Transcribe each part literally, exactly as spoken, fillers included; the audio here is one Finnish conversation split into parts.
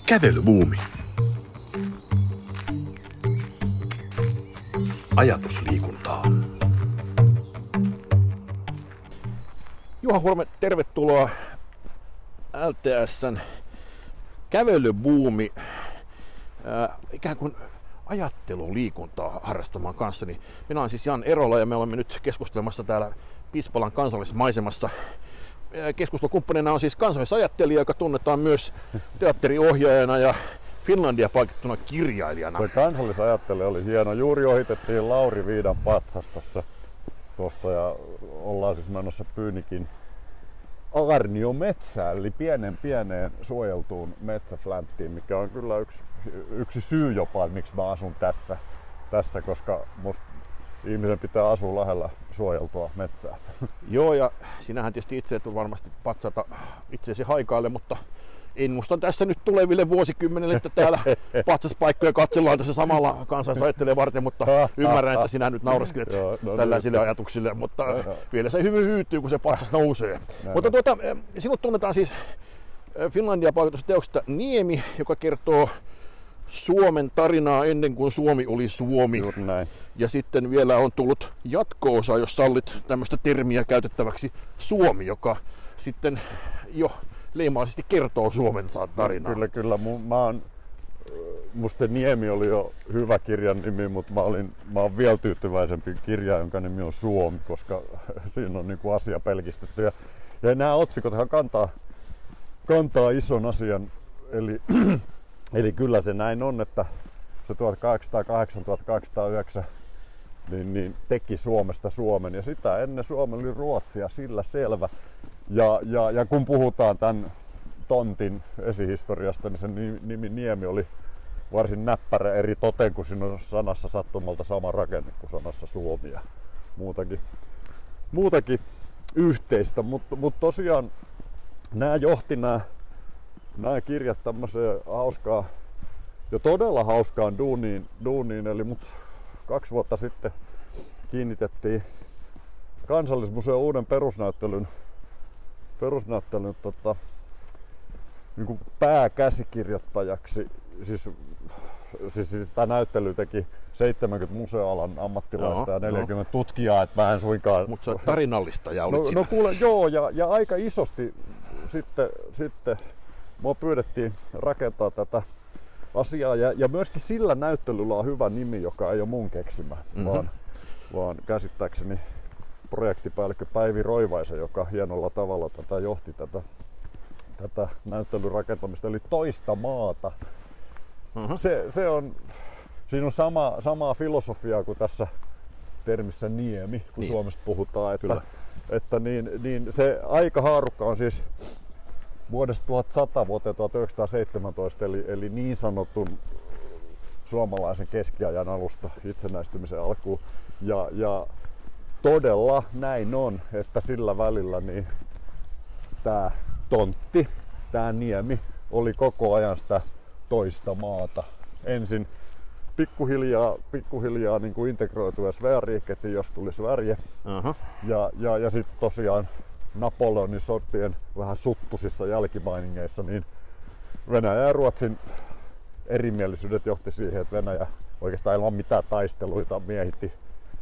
Kävelybuumi. Ajatusliikuntaa. Juha Hurme, tervetuloa L T S:n kävelybuumi äh, ikään kuin ajatteluliikuntaa harrastamaan kanssani. Minä olen siis Jan Erola ja me olemme nyt keskustelemassa täällä Pispalan kansallismaisemassa. Keskustelukumppanina on siis kansallisajattelija, joka tunnetaan myös teatteriohjaajana ja Finlandia-palkittuna kirjailijana. Tuo kansallisajattelija oli hieno. Juuri ohitettiin Lauri Viidan patsas tossa, tossa ja ollaan siis menossa Pyynikin aarniometsään, eli pienen pieneen suojeltuun metsäflänttiin, mikä on kyllä yksi, yksi syy jopa, miksi mä asun tässä, tässä koska musta ihmisen pitää asua lähellä suojeltua metsää. Joo, ja sinähän tietysti itse et varmasti patsata itseesi haikaille, mutta ennustan tässä nyt tuleville vuosikymmenille, että täällä patsaspaikkoja katsellaan tässä samalla kansallisajattelijan varten, mutta ymmärrän, että sinä nyt nauraskelet Joo, no tällaisille niin. ajatuksille, mutta no, no. vielä se hyvin hyytyy, kun se patsas nousee. No, mutta tuota, sinut tunnetaan siis Finlandia-palkitusta teoksesta Niemi, joka kertoo Suomen tarinaa ennen kuin Suomi oli Suomi. Ja sitten vielä on tullut jatko-osa, jos sallit tämmöistä termiä käytettäväksi, Suomi, joka sitten jo leimaisesti kertoo Suomen tarinaa. Kyllä, kyllä. Mä oon, musta se Niemi oli jo hyvä kirjan nimi, mutta mä, olin, mä oon vielä tyytyväisempi kirja, jonka nimi on Suomi, koska siinä on niinku asia pelkistetty. Ja, ja nämä otsikothan kantaa, kantaa ison asian, eli Eli kyllä se näin on, että se tuhatkahdeksansataakahdeksan tuhatkahdeksansataayhdeksän niin, niin teki Suomesta Suomen ja sitä ennen Suomi oli Ruotsia, sillä selvä. Ja, ja, ja kun puhutaan tämän tontin esihistoriasta, niin sen nimi Niemi oli varsin näppärä eri toteen, kun siinä on sanassa sattumalta sama rakenne kuin sanassa Suomi ja muutakin, muutakin yhteistä. Mutta mut tosiaan nämä johti nämä Nämä kirjat tämmöiseen hauskaan ja todella hauskaan duuniin, duuniin eli mut kaksi vuotta sitten kiinnitettiin Kansallismuseon uuden perusnäyttelyn, perusnäyttelyn tota, niin kuin pääkäsikirjoittajaksi. Siis, siis, siis tämä näyttely teki seitsemänkymmentä museoalan ammattilaista joo, ja neljäkymmentä no. tutkijaa, että mä en suinkaan. Mutta sä tarinallista ja olit no, siinä. No kuule, joo, ja, ja aika isosti sitten, sitten mua pyydettiin rakentaa tätä asiaa ja, ja myöskin sillä näyttelyllä on hyvä nimi, joka ei ole mun keksimä, mm-hmm. vaan, vaan käsittääkseni projektipäällikkö Päivi Roivaisen, joka hienolla tavalla tätä johti tätä, tätä näyttelyn rakentamista, eli Toista maata. Mm-hmm. Se, se on, siinä on sama, samaa filosofiaa kuin tässä termissä Niemi, kun niin. Suomesta puhutaan, että, että niin, niin se aikahaarukka on siis vuodesta tuhatsata vuoteen tuhatyhdeksänsataaseitsemäntoista, eli, eli niin sanotun suomalaisen keskiajan alusta itsenäistymisen alkuun. Ja, ja todella näin on, että sillä välillä niin tämä tontti, tämä Niemi, oli koko ajan sitä toista maata. Ensin pikkuhiljaa, pikkuhiljaa niin kuin integroitui Sverige-kettiin, jos tuli Sverige. Uh-huh. Ja, ja, ja sitten tosiaan Napoleonin sotien vähän suttusissa jälkimainingeissa, niin Venäjä ja Ruotsin erimielisyydet johti siihen, että Venäjä oikeastaan ilman mitään taisteluita miehitti,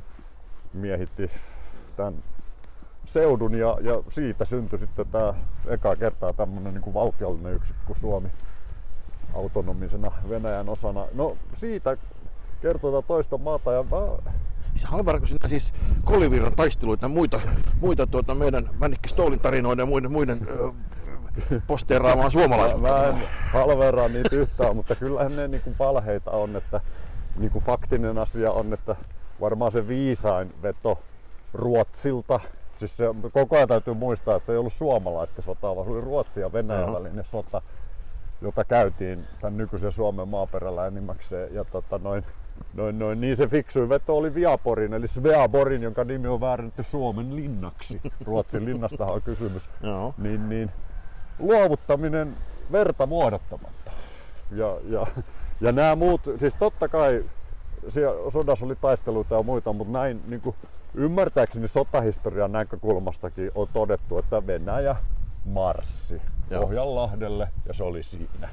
miehitti tämän seudun ja, ja siitä syntyi sitten tämä ekaa kertaa tämmöinen niin kuin valtiollinen yksikkö kuin Suomi autonomisena Venäjän osana. No siitä kertoo Toista maata ja mä Halvaranko sinä siis Kolivirran taisteluita ja muita, muita tuota meidän Männikki Stoolin tarinoiden ja muiden, muiden ö, posteeraamaan suomalaisuutta? Mä en halveraa niitä yhtään, mutta kyllähän ne niin kuin palheita on, että niin kuin faktinen asia on, että varmaan se viisain veto Ruotsilta, siis se, koko ajan täytyy muistaa, että se ei ollut suomalaista sotaa, vaan se oli Ruotsin ja Venäjän välinen sota, jota käytiin tämän nykyisen Suomen maaperällä enimmäkseen. Ja tota noin, noin, noin, niin se fiksuin veto oli Viaporin, eli Sveaborin, jonka nimi on väärännetty Suomen linnaksi. Ruotsin linnastahan on kysymys. niin, niin, luovuttaminen verta muodottamatta. Ja, ja, ja nämä muut, siis totta kai siellä sodassa oli taisteluita ja muita, mutta näin niin kuin ymmärtääkseni sotahistorian näkökulmastakin on todettu, että Venäjä marssi Pohjanlahdelle ja se oli siinä.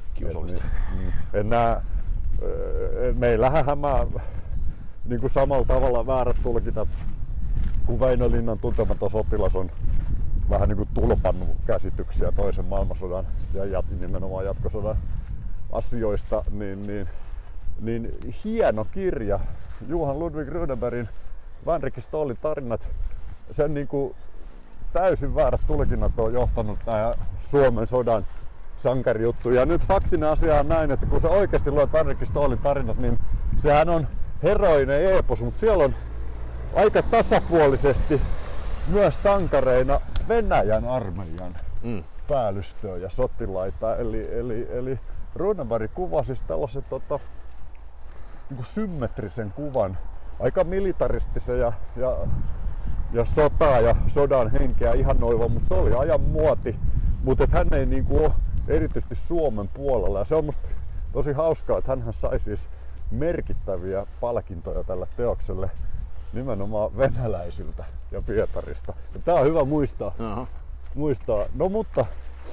kiusallista. Niin, en nää, meillähän mä niin kuin samalla tavalla väärät tulkitat, kun Väinö Linnan Tuntematon sotilas on vähän niin kuin tulpannut käsityksiä toisen maailmansodan ja nimenomaan jatkosodan asioista, niin, niin, niin hieno kirja. Johan Ludwig Runebergin Vänrikki Stollin tarinat, sen niin kuin täysin väärät tulkinnat on johtanut tähän Suomen sodan sankarijuttuun. Ja nyt faktinen asia on näin, että kun sä oikeasti luet Vänrikki Stollin tarinat, niin sehän on heroinen eepos, mutta siellä on aika tasapuolisesti myös sankareina Venäjän armeijan mm. päällystöä ja sotilaita. Eli, eli, eli Runeberg kuvasi siis tällaisen tota, niin kuin symmetrisen kuvan, aika militaristisen ja, ja, ja sotaa ja sodan henkeä ihannoiva, mutta se oli ajan muoti. Mutta hän ei niin kuin ole erityisesti Suomen puolella. Ja se on musta tosi hauskaa, että hän sai siis merkittäviä palkintoja tällä teokselle nimenomaan venäläisiltä ja Pietarista. Ja tää on hyvä muistaa. Uh-huh. muistaa. No mutta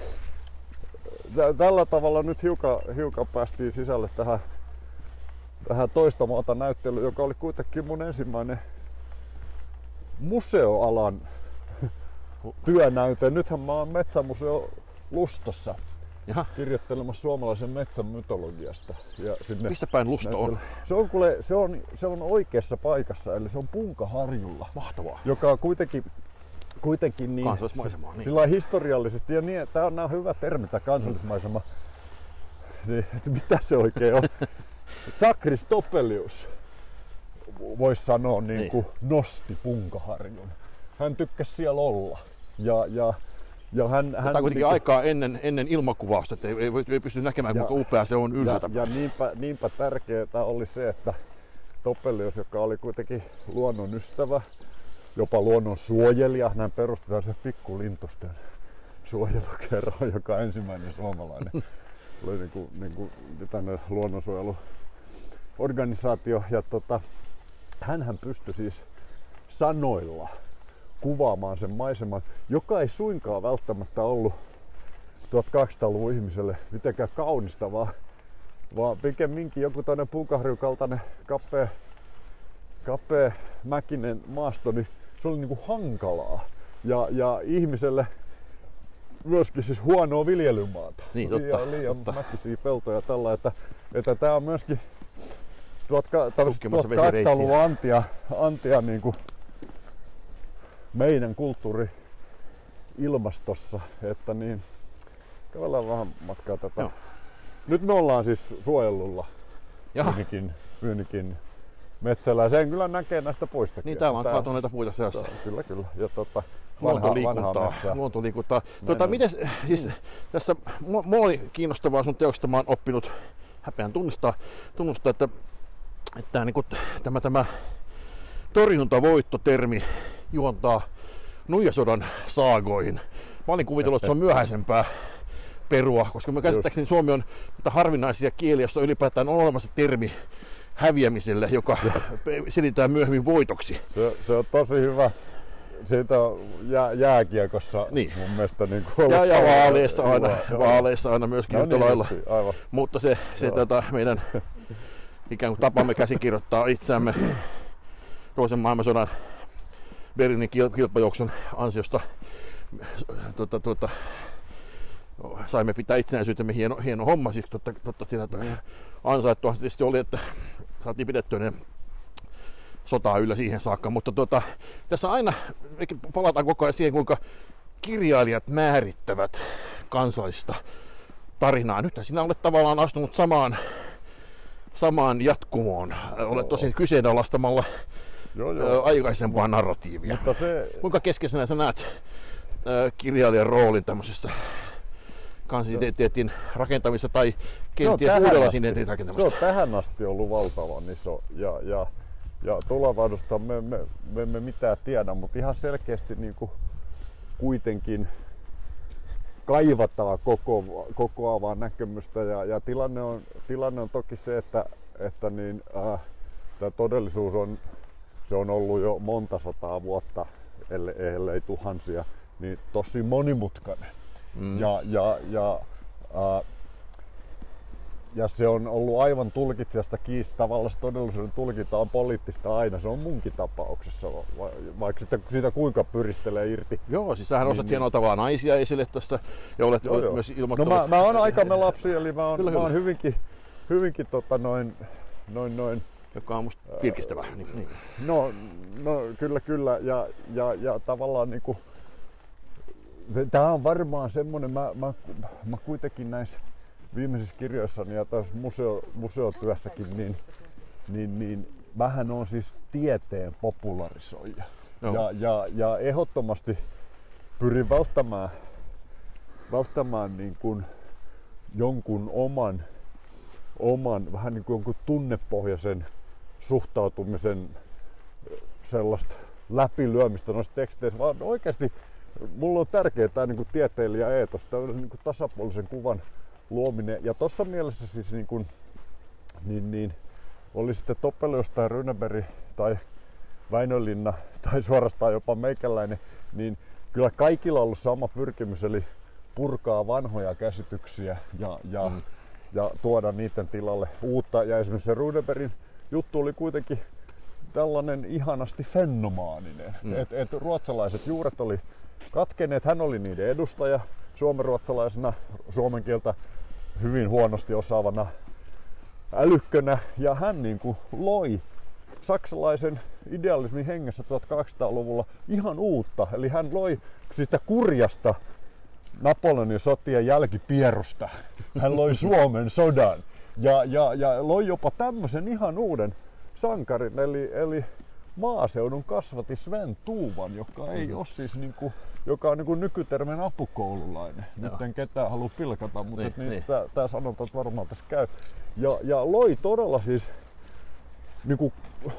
t- tällä tavalla nyt hiukan, hiukan päästiin sisälle tähän, tähän toista maata näyttelyyn, joka oli kuitenkin mun ensimmäinen museoalan työnäyte. Nythän mä oon Metsämuseo Lustossa. Jaha. Kirjoittelemassa suomalaisen metsän mytologiasta. Ja sinne missä päin Lusto on? Se on, kuule, se, on, se on oikeassa paikassa, eli se on Punkaharjulla. Mahtavaa. Joka on kuitenkin, kuitenkin niin, kansallismaisema. Niin. Sillä historiallisesti, ja niin, tää on nämä hyvä termi, tää kansallismaisema. Niin, että mitä se oikein on? Sakris Topelius, voisi sanoa, niin niin. Kuin nosti Punkaharjun. Hän tykkäsi siellä olla. Ja, ja Ja hän, hän Tämä on kuitenkin niin, aikaa ennen, ennen ilmakuvausta, että ei, ei, ei pysty näkemään, ja, kuinka upea se on ylhäältä. Ja, ja niinpä, niinpä tärkeää oli se, että Topelius, joka oli kuitenkin luonnon ystävä, jopa luonnon suojelija, näin perustetaan se pikkulintusten suojelukerho, joka on ensimmäinen suomalainen oli niin kuin, niin kuin tänne luonnonsuojeluorganisaatio. Ja tota, hänhän pystyi siis sanoilla kuvaamaan sen maiseman, joka ei suinkaan välttämättä ollut tuhatkahdeksansataaluvun ihmiselle mitenkään kaunista, vaan, vaan pikemminkin joku toinen Punkaharjun kaltainen kapea, kapea mäkinen maasto, niin se oli niinku hankalaa. Ja, ja ihmiselle myöskin siis huonoa viljelymaata. Niin, totta, liian, liian totta. mäkisiä peltoja tällä, että, että tää on myöskin tuhatkahdeksansataaluvun antia, antia niinku meidän kulttuuri-ilmastossa, että niin, käydään vähän matkaa tätä. Joo. Nyt me ollaan siis suojellulla Pyynikin, Pyynikin metsällä ja sen kyllä näkee näistä puistakin. Niin täällä on kaatuneita puita seassa. Kyllä, kyllä. Ja tota, luontoliikuntaa. luontoliikuntaa. Tota, mites, siis, mm. tässä mua oli kiinnostavaa sun teoksesta, mä oon oppinut häpeän tunnistaa, tunnustaa, että, että niin kuin, tämä, tämä torjuntavoittotermi juontaa Nuijasodan saagoihin. Mä olin kuvitellut, että se on myöhäisempää perua, koska mä käsittääkseni Suomi on harvinaisia kieliä, jossa ylipäätään on olemassa termi häviämiselle, joka selitetään myöhemmin voitoksi. Se, se on tosi hyvä. Siitä on jää, jääkiekossa niin. Mun mielestä niin kuin ja, ja vaaleissa aina, vaaleissa aina myöskin no, yhtä niin, lailla. Aivan. Mutta se, se tota, meidän ikään kuin tapamme käsikirjoittaa itseämme toisen maailmansodan Berliinin kilpajuoksun ansiosta tuota, tuota, saimme pitää itsenäisyytemme, hieno, hieno homma, siis totta, totta siinä ansaittua se tietysti oli, että saatiin pidettyä ne sotaa yllä siihen saakka, mutta tuota, tässä aina palataan koko ajan siihen, kuinka kirjailijat määrittävät kansallista tarinaa. Nyt sinä olet tavallaan astunut samaan, samaan jatkumoon, olet tosin kyseenalaistamalla Joo, joo. aikaisempaa narratiivia. Mutta se... Kuinka keskeisenä sä näet äh, kirjailijan roolin tämmöisessä kansallisidentiteetin rakentamisessa tai kenties uudenlaisen identiteetin rakentamisessa? Se on tähän asti ollut valtavan iso ja, ja, ja tulevaisuudesta me, me, me emme mitään tiedä, mutta ihan selkeästi niin kuin kuitenkin kaivattava koko, kokoavaa näkemystä ja, ja tilanne, on, tilanne on toki se, että, että niin, äh, tämä todellisuus on Se on ollut jo monta sataa vuotta, ellei, ellei tuhansia, niin tosi monimutkainen. Mm. Ja, ja, ja äh, ja se on ollut aivan tulkitsijasta kiinni. Tavallaan se todellisuuden tulkinta on poliittista aina. Se on munkin tapauksessa, vaikka sitä, sitä kuinka pyristelee irti. Joo, siis sähän niin, osat niin. hienoa tavalla naisia esille tässä ja olet, joo, olet joo. myös No ilmoittanut. mä, mä oon aikamme lapsi, eli mä oon, kyllä, mä oon kyllä. hyvinkin, hyvinkin tota noin, noin, noin. Joka on musta virkistävää. Niin, niin. No, no kyllä, kyllä. Ja, ja, ja tavallaan niinku, tää on varmaan semmonen, mä, mä, mä kuitenkin näissä viimeisissä kirjoissani ja tässä museo, museotyössäkin, niin, niin, niin mähän on siis tieteen popularisoija. Joo. Ja, ja, ja ehdottomasti pyrin välttämään, välttämään niin kuin jonkun oman, oman vähän niin kuin jonkun tunnepohjaisen suhtautumisen sellaista läpilyömistä noissa teksteissä, vaan oikeasti mulla on tärkeää tämä niin kuin tieteilijä-eetos, tällainen niin kuin tasapuolisen kuvan luominen. Ja tuossa mielessä siis niin kuin, niin, niin, oli sitten Topelius tai Runeberg tai Väinölinna tai suorastaan jopa meikäläinen, niin kyllä kaikilla on ollut sama pyrkimys, eli purkaa vanhoja käsityksiä ja, ja, mm. ja tuoda niiden tilalle uutta. Ja esimerkiksi se Runebergin juttu oli kuitenkin tällainen ihanasti fenomaaninen. Mm. Et, et ruotsalaiset juuret oli katkeneet, hän oli niiden edustaja suomenruotsalaisena, suomen kieltä hyvin huonosti osaavana älykkönä, ja hän niin kuin loi saksalaisen idealismin hengessä tuhatkahdeksansataaluvulla ihan uutta. Eli hän loi sitä kurjasta Napoleonin sotien jälkipierusta. Hän loi Suomen sodan ja, ja, ja loi jopa tämmöisen ihan uuden sankarin, eli, eli maaseudun kasvatti Sven Tuuvan, joka ei ole siis niinku, joka on niinku nykytermen apukoululainen. Joo. Nyt en ketään halua pilkata, mutta niin, niin, niin. tämä sanonta varmaan tässä käy. Ja, ja loi todella siis niinku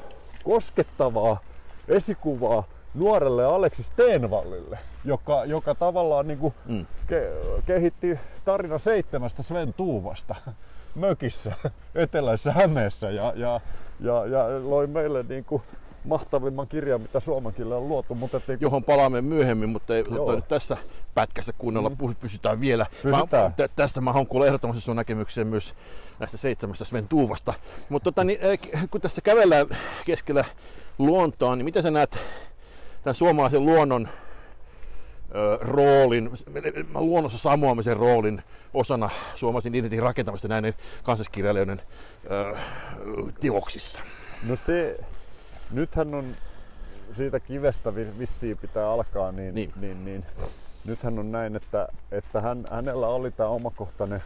koskettavaa esikuvaa nuorelle Aleksi Stenvallille, joka, joka tavallaan niinku Mm. ke, kehitti tarina seitsemästä Sven Tuuvasta mökissä eteläisessä Hämeessä ja, ja, ja, ja loi meille niinku mahtavimman kirjan, mitä suomen kielellä on luotu. Mutta ei... Johon palaamme myöhemmin, mutta ei mutta nyt tässä pätkässä kuunnella, mm. pysytään vielä. Pysytään. Mä, t- tässä mä haluan kuulla ehdottomasti sun näkemykseen myös näistä seitsemästä Sven Tuuvasta. Mutta tota, niin, kun tässä kävellään keskellä luontoa, niin miten sä näet tämän suomalaisen luonnon ö, roolin, luonnossa samoamisen roolin osana suomalaisen identiteetin rakentamista näiden kansalliskirjailijoiden ö, teoksissa? No se, nythän on siitä kivestä vissiin pitää alkaa, niin, Niin. niin, niin nythän on näin, että, että hän, hänellä oli tämä omakohtainen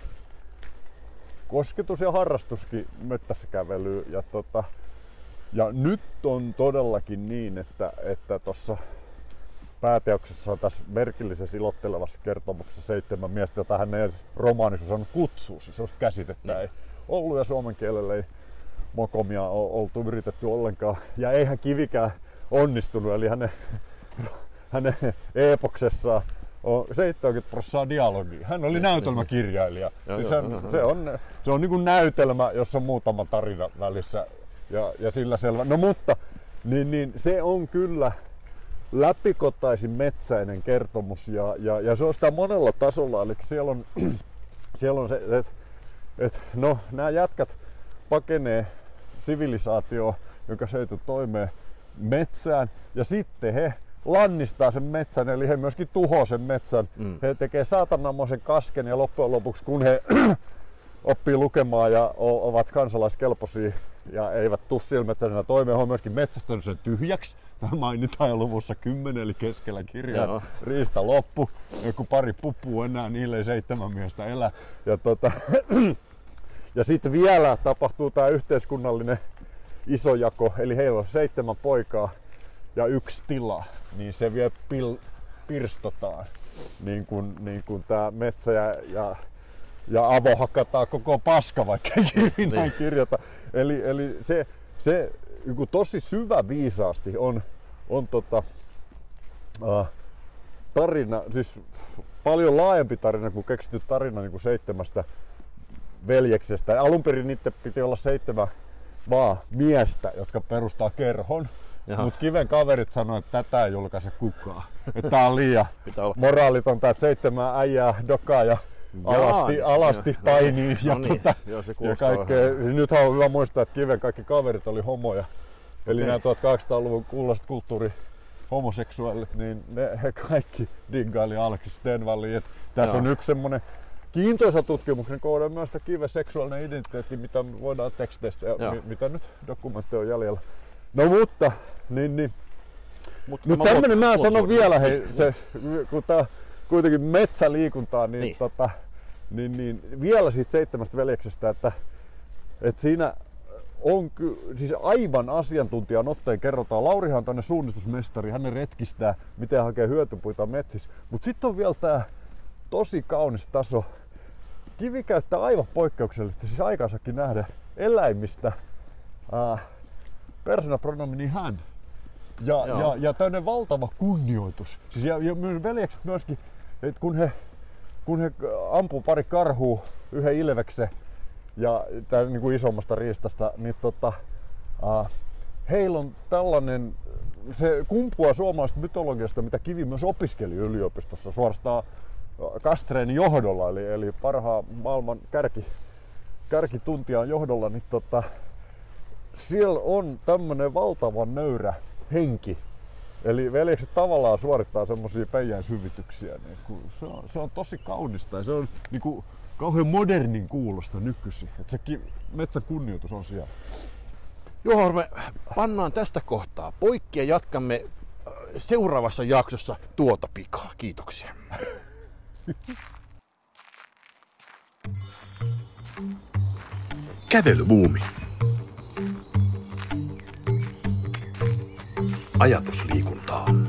kosketus ja harrastuskin mettässä kävelyyn. Ja, tota, ja nyt on todellakin niin, että että tuossa pääteoksessa on tässä merkillisessä ilottelevassa kertomuksessa seitsemän miestä, jota hän ei edes romaanissa osannut kutsua. Siis sellaista käsitettä ei ollut ja suomen kielellä ei mokomia ole oltu yritetty ollenkaan. Ja eihän Kivikään onnistunut, eli hänen, hänen eepoksessaan on seitsemänkymmentä prosenttia dialogia. Hän oli näytelmäkirjailija. Siis hän, se on, se on niin kuin näytelmä, jossa on muutama tarina välissä ja, ja sillä selvä. No mutta niin, niin se on kyllä läpikotaisin metsäinen kertomus ja, ja, ja se on sitä monella tasolla. Eli siellä on, siellä on se, että et, no, nämä jätkät pakenee sivilisaatioon, joka seitu toimeen metsään, ja sitten he lannistaa sen metsän, eli he myöskin tuhoaa sen metsän. Mm. He tekee saatanammoisen kasken, ja loppujen lopuksi kun he oppii lukemaan ja ovat kansalaiskelpoisia ja eivät tuu sillä metsäisenä toimeen, he on myöskin metsästänyt sen tyhjäksi. Tämä mainitaan jo luvussa kymmenen, eli keskellä kirjaa. Joo. Riista loppu, joku pari pupua enää, niille ei seitsemän miestä elä. Ja, tota, ja sitten vielä tapahtuu tämä yhteiskunnallinen isojako, eli heillä on seitsemän poikaa ja yksi tila, niin se vielä pil, pirstotaan. Niin kuin, niin kuin tämä metsä ja, ja, ja avo hakataan koko paska, vaikka ei kirji näin kirjoita. Eli, eli se, se tosi syvä viisaasti on, on tota, äh, tarina, siis paljon laajempi tarina kuin keksitty tarina niin kuin seitsemästä veljeksestä. Alun perin niitä piti olla seitsemän vaan miestä, jotka perustaa kerhon. Mutta Kiven kaverit sanoi, että tätä ei julkaise kukaan. Että tää on liian moraalitonta, että seitsemän äijää dokaa ja alasti, niin, alasti joo, painii no ja, niin, tota, joo, se ja kaikkea. Nythän on hyvä muistaa, että Kiven kaikki kaverit oli homoja. Eli Okei. nämä tuhatkahdeksansataaluvun kuuluiset kulttuuri homoseksuaalit, niin ne, he kaikki diggaili Aleksi Stenvallia. Tässä Joo. on yksi semmoinen kiintoisa tutkimuksen kohde myös tämä Kiven seksuaalinen identiteetti, mitä me voidaan teksteistä ja mi, mitä nyt dokumentteja on jäljellä. No mutta, niin, niin. Mut Nyt mä tämmönen mä luot- sanon luot- vielä, hei, se, kun tää kuitenkin metsäliikuntaa, niin, Niin. Tota, niin, niin vielä siitä seitsemästä veljeksestä, että, että siinä on ky, siis aivan asiantuntijan otteen kerrotaan. Laurihan on tänne suunnistusmestari, hän retkistää, miten hakee hyötypuita metsissä. Mutta sitten on vielä tää tosi kaunis taso. Kivi käyttää aivan poikkeuksellisesti, siis aikaisemmin nähdä eläimistä äh, persoonapronomini hän. Ja, ja, ja tämmöinen valtava kunnioitus. Siis ja, ja myös veljekset myöskin, että kun he, kun he ampuu pari karhua, yhden ilveksen ja tämän niin kuin isommasta riistasta, niin tota, äh, heillä on tällainen, se kumpuaa suomalaisesta mytologiasta, mitä Kivi myös opiskeli yliopistossa suorastaan Kastreenin johdolla, eli, eli parhaan maailman kärki, kärkituntijan johdolla, niin tota, siellä on tämmöinen valtavan nöyrä henki. Eli veljekset tavallaan suorittaa semmosia peijäishyvityksiä. Niin kun se, on, se on tosi kaunista ja se on niin kuin kauhean modernin kuulosta nykyisin. Et se ki, metsän kunnioitus on siellä. Johon me pannaan tästä kohtaa poikki ja jatkamme seuraavassa jaksossa tuota pikaa. Kiitoksia. Kävelybuumi. Ajatusliikuntaa.